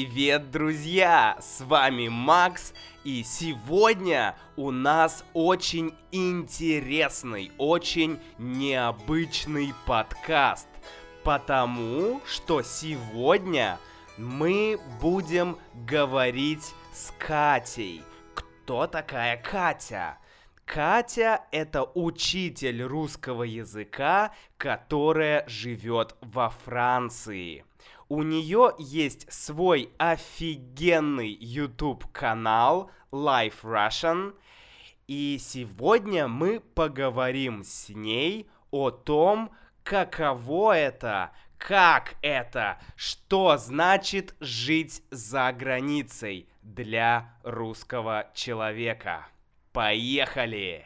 Привет, друзья! С вами Макс, и сегодня у нас очень интересный, очень необычный подкаст, потому что сегодня мы будем говорить с Катей. Кто такая Катя? Катя — это учитель русского языка, которая живет во Франции. У нее есть свой офигенный YouTube-канал Life Russian, и сегодня мы поговорим с ней о том, каково это, как это, что значит жить за границей для русского человека. Поехали!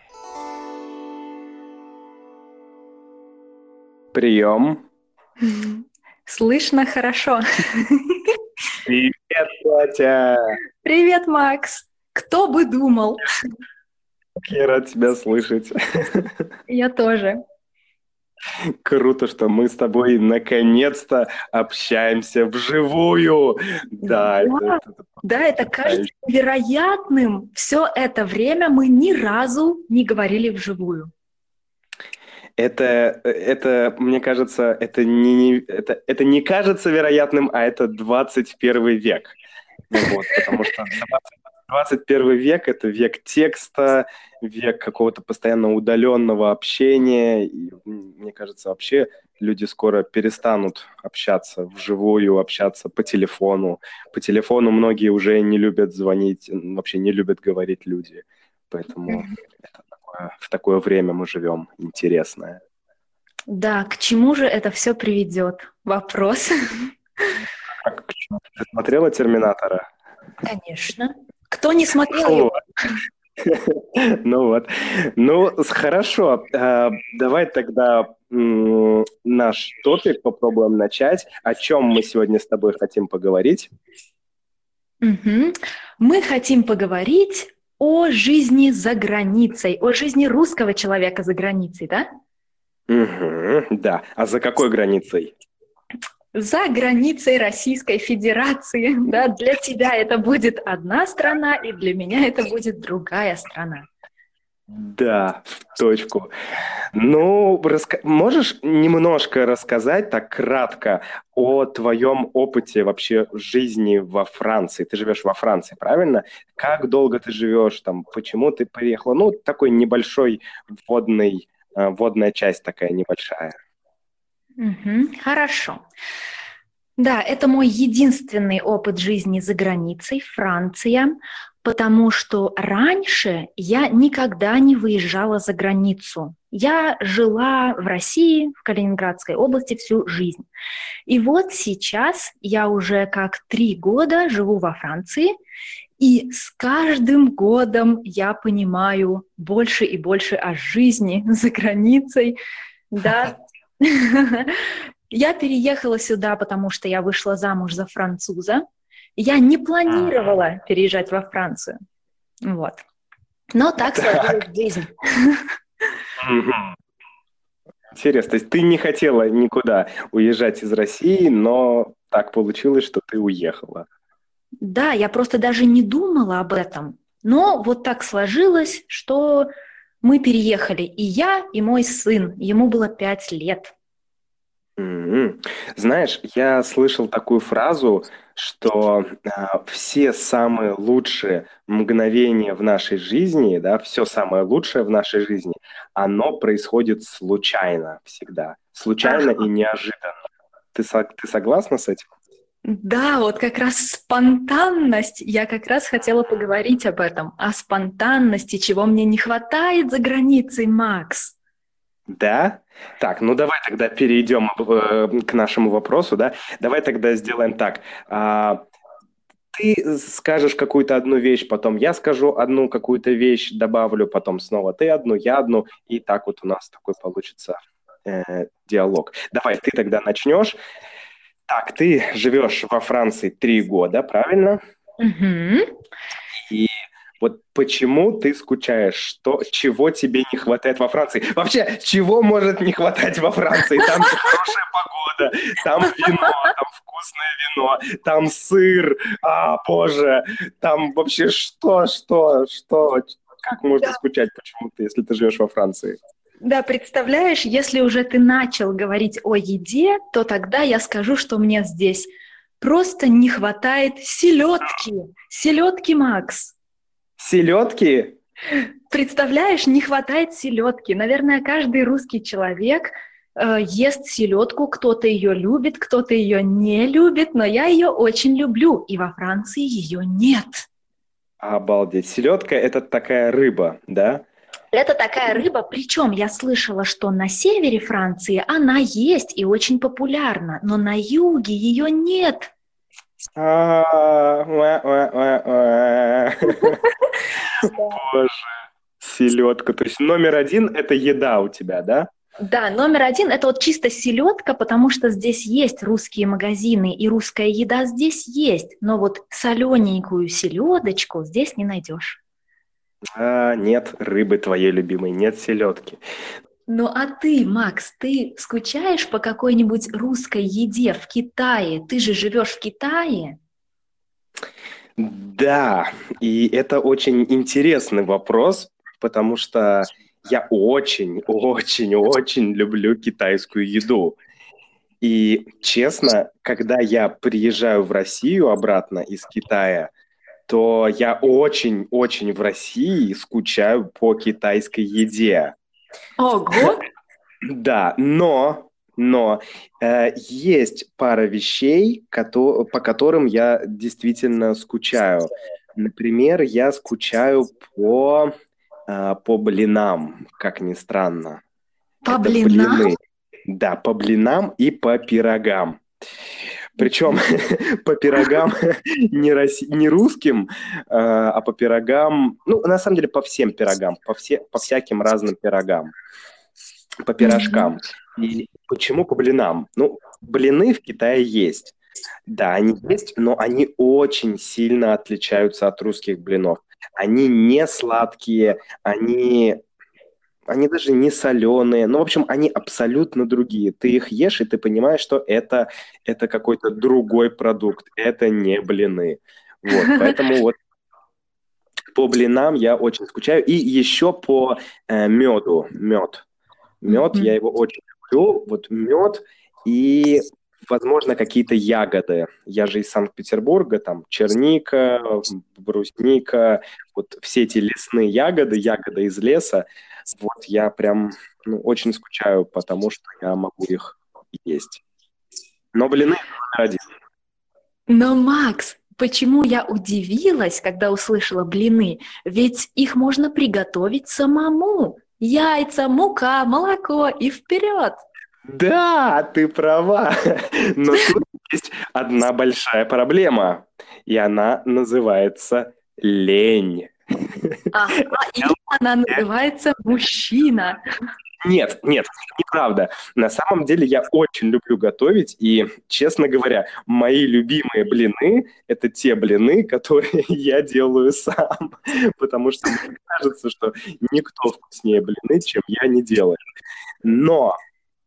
Прием. Слышно хорошо. Привет, Катя. Привет, Макс. Кто бы думал? Я рад тебя слышать. Я тоже. Круто, что мы с тобой наконец-то общаемся вживую. Да, это кажется невероятным. Все это время мы ни разу не говорили вживую. Это, мне кажется, это не кажется вероятным, а это 21 век. Вот, потому что 21 век – это век текста, век какого-то постоянно удаленного общения. И, мне кажется, вообще люди скоро перестанут общаться вживую, общаться по телефону. По телефону многие уже не любят звонить, вообще не любят говорить люди. Поэтому в такое время мы живем интересное. Да, к чему же это все приведет? Вопрос. Ты смотрела «Терминатора»? Конечно. Кто не смотрел его? Ну вот. Ну, хорошо. Давай тогда наш топик попробуем начать. О чем мы сегодня с тобой хотим поговорить? Мы хотим поговорить о жизни за границей, о жизни русского человека за границей, да? Да. А за какой границей? За границей Российской Федерации. Да, для тебя это будет одна страна, и для меня это будет другая страна. Да, в точку. Ну, можешь немножко рассказать так кратко о твоем опыте вообще жизни во Франции? Ты живешь во Франции, правильно? Как долго ты живешь там? Почему ты приехала? Ну, такой небольшой вводная часть такая небольшая. Хорошо. Да, это мой единственный опыт жизни за границей, Франция, потому что раньше я никогда не выезжала за границу. Я жила в России, в Калининградской области всю жизнь. И вот сейчас я уже как 3 года живу во Франции, и с каждым годом я понимаю больше и больше о жизни за границей. Да. Я переехала сюда, потому что я вышла замуж за француза. Я не планировала переезжать во Францию. Вот. Но так сложилась жизнь. Интересно, то есть ты не хотела никуда уезжать из России, но так получилось, что ты уехала. Да, я просто даже не думала об этом. Но вот так сложилось, что мы переехали. И я, и мой сын. Ему было 5 лет. Знаешь, я слышал такую фразу, что все самые лучшие мгновения в нашей жизни, да, все самое лучшее в нашей жизни, оно происходит случайно всегда. Случайно и неожиданно. Ты согласна с этим? Да, вот как раз спонтанность, я как раз хотела поговорить об этом, о спонтанности, чего мне не хватает за границей, Макс. Да? Так, ну давай тогда перейдем к нашему вопросу, да? Давай тогда сделаем так. Ты скажешь какую-то одну вещь, потом я скажу одну какую-то вещь, добавлю, потом снова ты одну, я одну, и так вот у нас такой получится диалог. Давай, ты тогда начнешь. Так, ты живешь во Франции 3 года, правильно? Угу. И Вот почему ты скучаешь? Чего тебе не хватает во Франции? Вообще, чего может не хватать во Франции? Там же хорошая погода, там вино, там вкусное вино, там сыр, боже, там вообще что? Как можно скучать почему-то, если ты живешь во Франции? Да, представляешь, если уже ты начал говорить о еде, то тогда я скажу, что мне здесь просто не хватает селедки. Селедки, Макс. Селедки? Представляешь, не хватает селедки. Наверное, каждый русский человек ест селедку, кто-то ее любит, кто-то ее не любит, но я ее очень люблю, и во Франции ее нет. Обалдеть. Селедка – это такая рыба, да? Это такая рыба, причем я слышала, что на севере Франции она есть и очень популярна, но на юге ее нет. Боже, селедка. То есть номер один – это еда у тебя, да? Да, номер один – это вот чисто селедка, потому что здесь есть русские магазины, и русская еда здесь есть, но вот солененькую селедочку здесь не найдешь. Нет рыбы твоей любимой, нет селедки. Ну а ты, Макс, ты скучаешь по какой-нибудь русской еде в Китае? Ты же живешь в Китае? Да, и это очень интересный вопрос, потому что я очень люблю китайскую еду. И честно, когда я приезжаю в Россию обратно из Китая, то я очень в России скучаю по китайской еде. Ого! Да, но есть пара вещей, по которым я действительно скучаю. Например, я скучаю по блинам, как ни странно. По Это блинам? блины. Да, по блинам и по пирогам. Причем по пирогам не русским, а по пирогам, ну, на самом деле, по всем пирогам, по всяким разным пирогам, по пирожкам. И почему по блинам? Ну, блины в Китае есть. Да, они есть, но они очень сильно отличаются от русских блинов. Они не сладкие, они даже не соленые. Ну, в общем, они абсолютно другие. Ты их ешь, и ты понимаешь, что это какой-то другой продукт. Это не блины. Вот, поэтому вот по блинам я очень скучаю. И еще по меду. Мед, я его очень люблю. Вот мед и, возможно, какие-то ягоды. Я же из Санкт-Петербурга, там черника, брусника, вот все эти лесные ягоды из леса. Вот я прям очень скучаю, потому что я могу их есть. Но блины номер один. Но, Макс, почему я удивилась, когда услышала блины? Ведь их можно приготовить самому. Яйца, мука, молоко и вперед! Да, ты права. Но тут есть одна большая проблема, и она называется лень. И она называется мужчина. Нет, неправда. На самом деле я очень люблю готовить, и, честно говоря, мои любимые блины – это те блины, которые я делаю сам, потому что мне кажется, что никто вкуснее блины, чем я, не делает. Но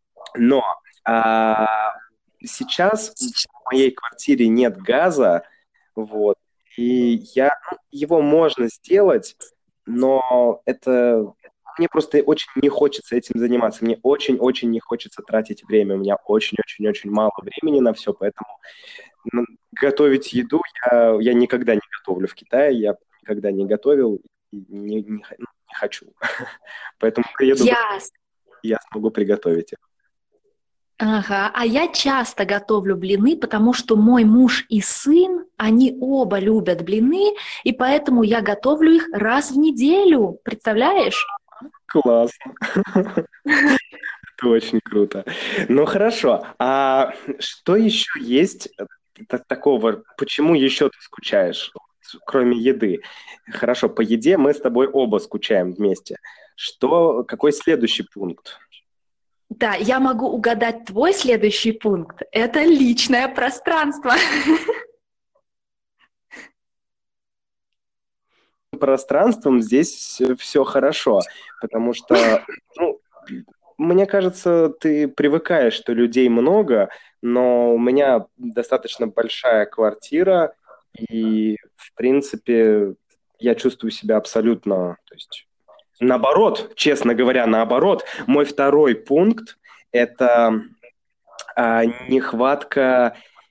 сейчас в моей квартире нет газа, вот, и его можно сделать, но мне просто очень не хочется этим заниматься. Мне очень не хочется тратить время. У меня очень мало времени на все, поэтому готовить еду я никогда не готовлю в Китае, я никогда не готовил и не хочу. Поэтому приеду, я смогу приготовить их. Ага, а я часто готовлю блины, потому что мой муж и сын, они оба любят блины, и поэтому я готовлю их раз в неделю. Представляешь? Классно. Это очень круто. Ну хорошо. А что еще есть такого? Почему еще ты скучаешь, кроме еды? Хорошо, по еде мы с тобой оба скучаем вместе. Какой следующий пункт? Да, я могу угадать твой следующий пункт. Это личное пространство. пространством здесь все хорошо, потому что, ну, мне кажется, ты привыкаешь, что людей много, но у меня достаточно большая квартира, и, в принципе, я чувствую себя абсолютно, то есть, наоборот, честно говоря, наоборот. Мой второй пункт – это нехватка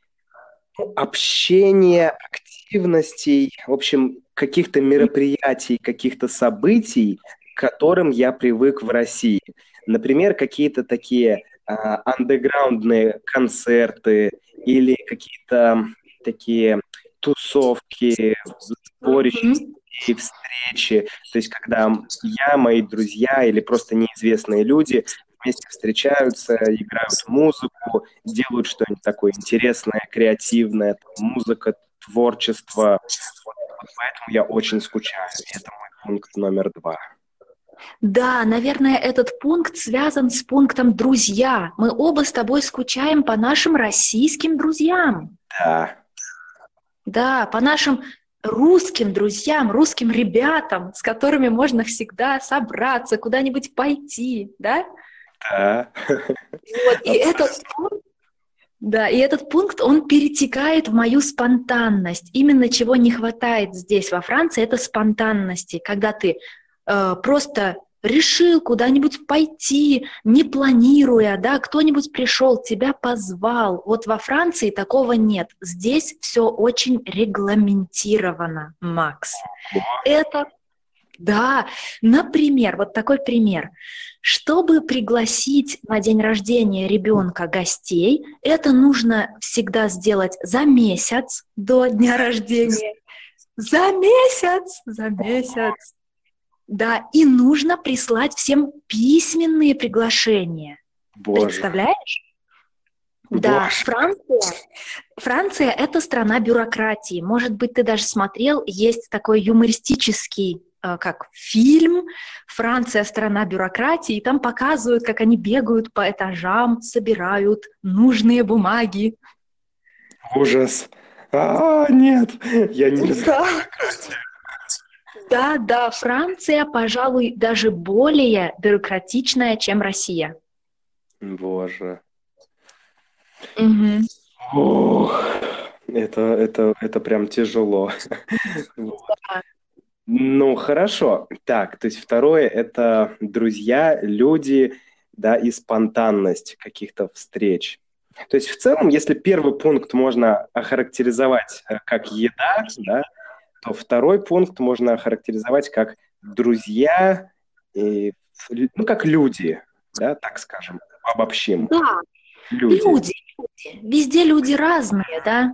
общения, активностей, в общем, каких-то мероприятий, каких-то событий, к которым я привык в России. Например, какие-то такие андеграундные концерты или какие-то такие тусовки, сборища, встречи. То есть, когда я, мои друзья или просто неизвестные люди вместе встречаются, играют музыку, делают что-нибудь такое интересное, креативное, там, музыка, творчество. Вот поэтому я очень скучаю. Это мой пункт номер 2. Да, наверное, этот пункт связан с пунктом «друзья». Мы оба с тобой скучаем по нашим российским друзьям. Да. Да, по нашим русским друзьям, русским ребятам, с которыми можно всегда собраться, куда-нибудь пойти, да? Да. Вот, и этот пункт, он перетекает в мою спонтанность. Именно чего не хватает здесь, во Франции, это спонтанности, когда ты просто решил куда-нибудь пойти, не планируя, да, кто-нибудь пришел, тебя позвал. Вот во Франции такого нет. Здесь все очень регламентировано, Макс. Да, например, вот такой пример. Чтобы пригласить на день рождения ребенка гостей, это нужно всегда сделать за месяц до дня рождения. За месяц. Да, и нужно прислать всем письменные приглашения. Боже. Представляешь? Боже. Да, Франция – это страна бюрократии. Может быть, ты даже смотрел, есть такой юмористический как фильм «Франция – страна бюрократии», и там показывают, как они бегают по этажам, собирают нужные бумаги. Ужас. Нет, я не знаю. Да, Франция, пожалуй, даже более бюрократичная, чем Россия. Боже. Угу. Ох, это прям тяжело. Да. Ну, хорошо. Так, то есть второе – это друзья, люди, да, и спонтанность каких-то встреч. То есть в целом, если первый пункт можно охарактеризовать как еда, да, то второй пункт можно охарактеризовать как друзья, и, ну, как люди, да, так скажем, обобщим. Да, люди. Везде люди разные, да?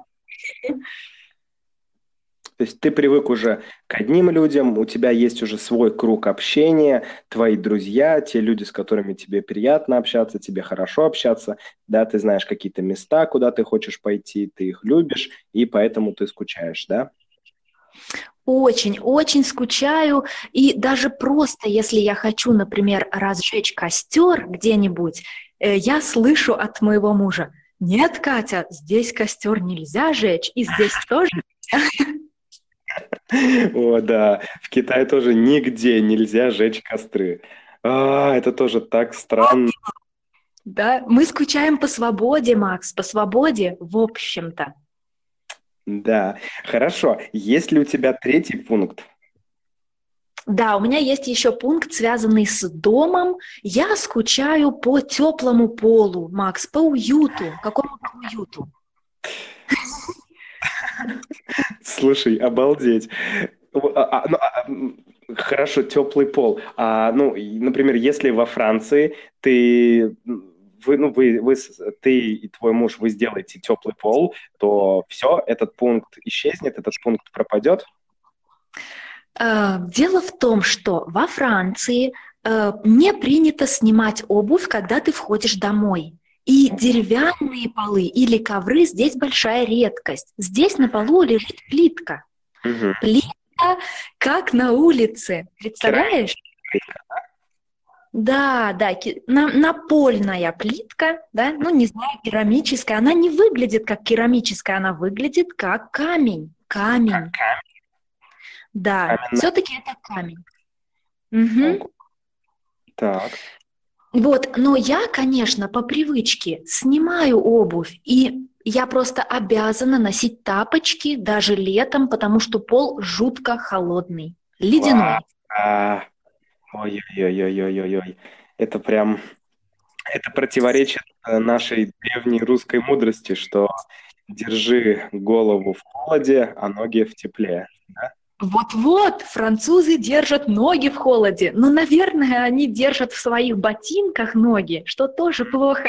То есть ты привык уже к одним людям, у тебя есть уже свой круг общения, твои друзья, те люди, с которыми тебе приятно общаться, тебе хорошо общаться, да, ты знаешь какие-то места, куда ты хочешь пойти, ты их любишь, и поэтому ты скучаешь, да? Очень, очень скучаю. И даже просто, если я хочу, например, разжечь костер где-нибудь, я слышу от моего мужа: «Нет, Катя, здесь костер нельзя жечь, и здесь тоже нельзя». О, да, в Китае тоже нигде нельзя жечь костры. Это тоже так странно. Да, мы скучаем по свободе, Макс, по свободе, в общем-то. Да, хорошо. Есть ли у тебя третий пункт? Да, у меня есть еще пункт, связанный с домом. Я скучаю по теплому полу, Макс, по уюту, какому-то уюту. Слушай, обалдеть. Хорошо, теплый пол. Например, если во Франции ты и твой муж, вы сделаете теплый пол, то все, этот пункт исчезнет, этот пункт пропадет? Дело в том, что во Франции не принято снимать обувь, когда ты входишь домой. И деревянные полы или ковры здесь большая редкость. Здесь на полу лежит плитка. Угу. Плитка, как на улице. Представляешь? Да, напольная плитка, да, ну не знаю, керамическая. Она не выглядит как керамическая, она выглядит как камень. Камень. Да, Каменная. все-таки это камень. Мгм. Так. Вот, но я, конечно, по привычке снимаю обувь, и я просто обязана носить тапочки даже летом, потому что пол жутко холодный, Класс. ледяной. Ой-ой-ой-ой-ой-ой. Это прям, это противоречит нашей древней русской мудрости, что держи голову в холоде, а ноги в тепле. Да? Вот-вот, французы держат ноги в холоде, но, наверное, они держат в своих ботинках ноги, что тоже плохо.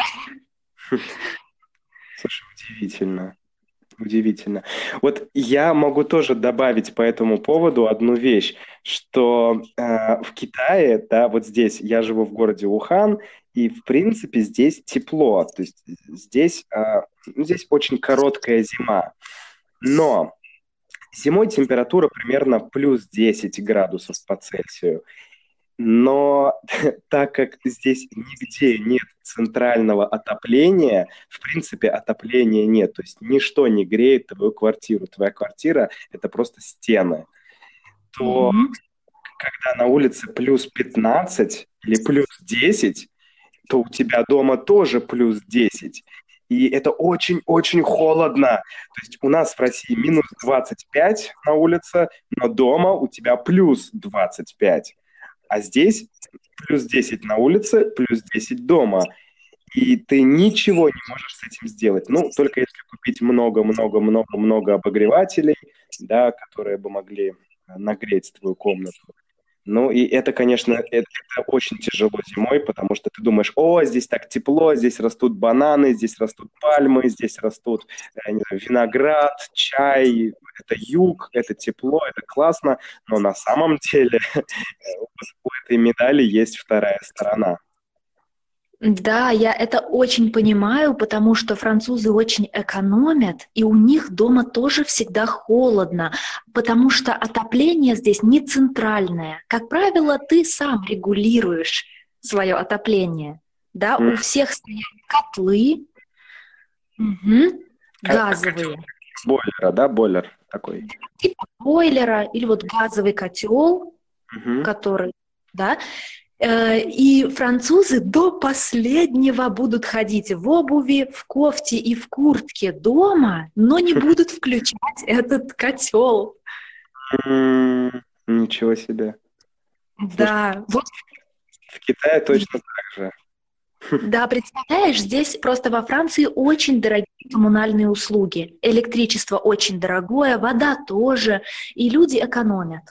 Слушай, удивительно. Удивительно. Вот я могу тоже добавить по этому поводу одну вещь, что в Китае, да, вот здесь, я живу в городе Ухан, и в принципе здесь тепло, то есть здесь, ну, здесь очень короткая зима, но зимой температура примерно плюс 10 градусов по Цельсию. Но так как здесь нигде нет центрального отопления, в принципе, отопления нет. То есть ничто не греет твою квартиру. Твоя квартира– это просто стены. То Мгм. когда на улице плюс 15 или плюс 10, то у тебя дома тоже плюс 10. И это очень-очень холодно. То есть у нас в России минус 25 на улице, но дома у тебя плюс 25. А здесь плюс 10 на улице, плюс 10 дома. И ты ничего не можешь с этим сделать. Ну, только если купить много-много-много-много обогревателей, да, которые бы могли нагреть твою комнату. Ну, и это, конечно, это очень тяжело зимой, потому что ты думаешь, о, здесь так тепло, здесь растут бананы, здесь растут пальмы, здесь растут, не знаю, виноград, чай, это юг, это тепло, это классно, но на самом деле у этой медали есть вторая сторона. Да, я это очень понимаю, потому что французы очень экономят, и у них дома тоже всегда холодно, потому что отопление здесь не центральное. Как правило, ты сам регулируешь свое отопление. Да, М, у всех стоят котлы, мгм, как газовые, бойлера, да, бойлер такой. типа бойлера или вот газовый котел, Мгм. который, да. И французы до последнего будут ходить в обуви, в кофте и в куртке дома, но не будут включать этот котел. Ничего себе. Слушай, Да, вот, в Китае точно так же. да, представляешь, здесь просто во Франции очень дорогие коммунальные услуги. Электричество очень дорогое, вода тоже, и люди экономят.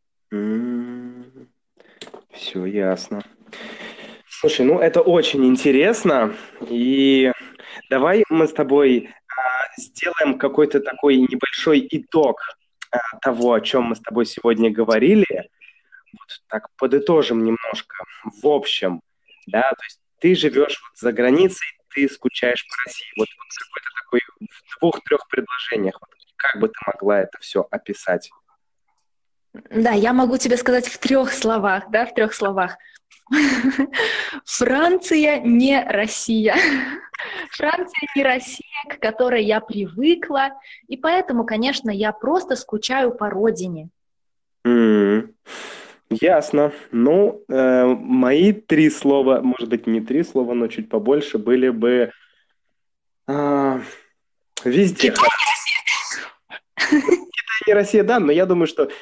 Все ясно. Слушай, ну это очень интересно, и давай мы с тобой сделаем какой-то такой небольшой итог того, о чем мы с тобой сегодня говорили. Вот так подытожим немножко. В общем, да, то есть ты живешь вот за границей, ты скучаешь по России. Вот какой-то такой в двух-трех предложениях. Вот как бы ты могла это все описать? Да, я могу тебе сказать в 3 словах, да, в 3 словах. Франция не Россия. Франция не Россия, к которой я привыкла, и поэтому, конечно, я просто скучаю по родине. М, Ясно. Ну, мои 3 слова, может быть, не 3 слова, но чуть побольше, были бы а, везде Китай. хорошо. Не Россия, да, но я думаю, что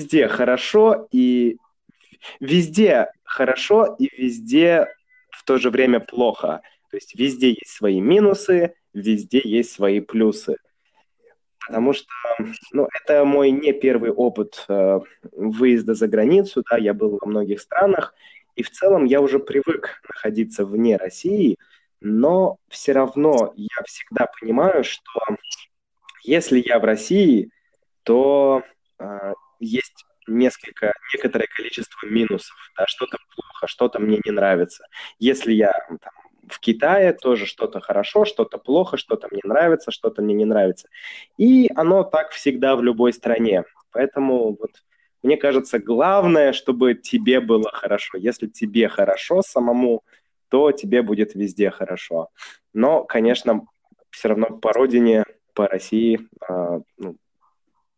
везде хорошо и везде в то же время плохо. То есть везде есть свои минусы, везде есть свои плюсы. Потому что, ну, это мой не первый опыт выезда за границу, да, я был во многих странах, и в целом я уже привык находиться вне России, но все равно я всегда понимаю, что если я в России, то есть некоторое количество минусов, да, что-то плохо, что-то мне не нравится. Если я там, в Китае, тоже что-то хорошо, что-то плохо, что-то мне нравится, что-то мне не нравится. И оно так всегда в любой стране. Поэтому вот мне кажется, главное, чтобы тебе было хорошо. Если тебе хорошо самому, то тебе будет везде хорошо. Но, конечно, все равно по родине, по России, ну,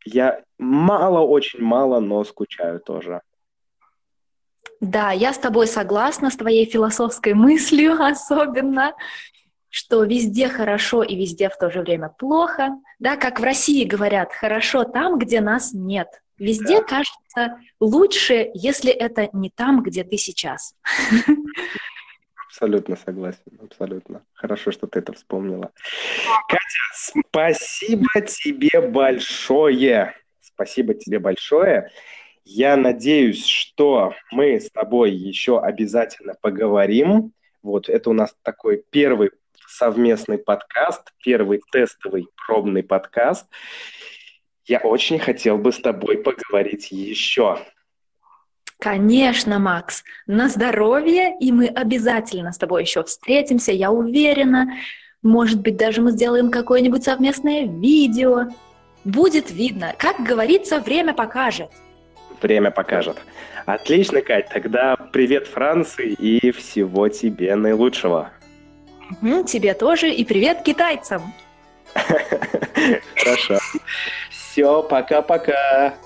Я мало, очень мало, но скучаю тоже. Да, я с тобой согласна, с твоей философской мыслью особенно, что везде хорошо и везде в то же время плохо. Да, как в России говорят, хорошо там, где нас нет. Везде Да, кажется лучше, если это не там, где ты сейчас. абсолютно согласен, абсолютно. Хорошо, что ты это вспомнила. Катя, спасибо тебе большое. Спасибо тебе большое. Я надеюсь, что мы с тобой еще обязательно поговорим. Вот это у нас такой первый совместный подкаст, первый тестовый пробный подкаст. Я очень хотел бы с тобой поговорить еще. Конечно, Макс, на здоровье, и мы обязательно с тобой еще встретимся, я уверена. Может быть, даже мы сделаем какое-нибудь совместное видео. Будет видно. Как говорится, время покажет. Время покажет. Отлично, Кать. Тогда привет Франции и всего тебе наилучшего. Тебе тоже, и привет китайцам. Хорошо. Все, пока-пока.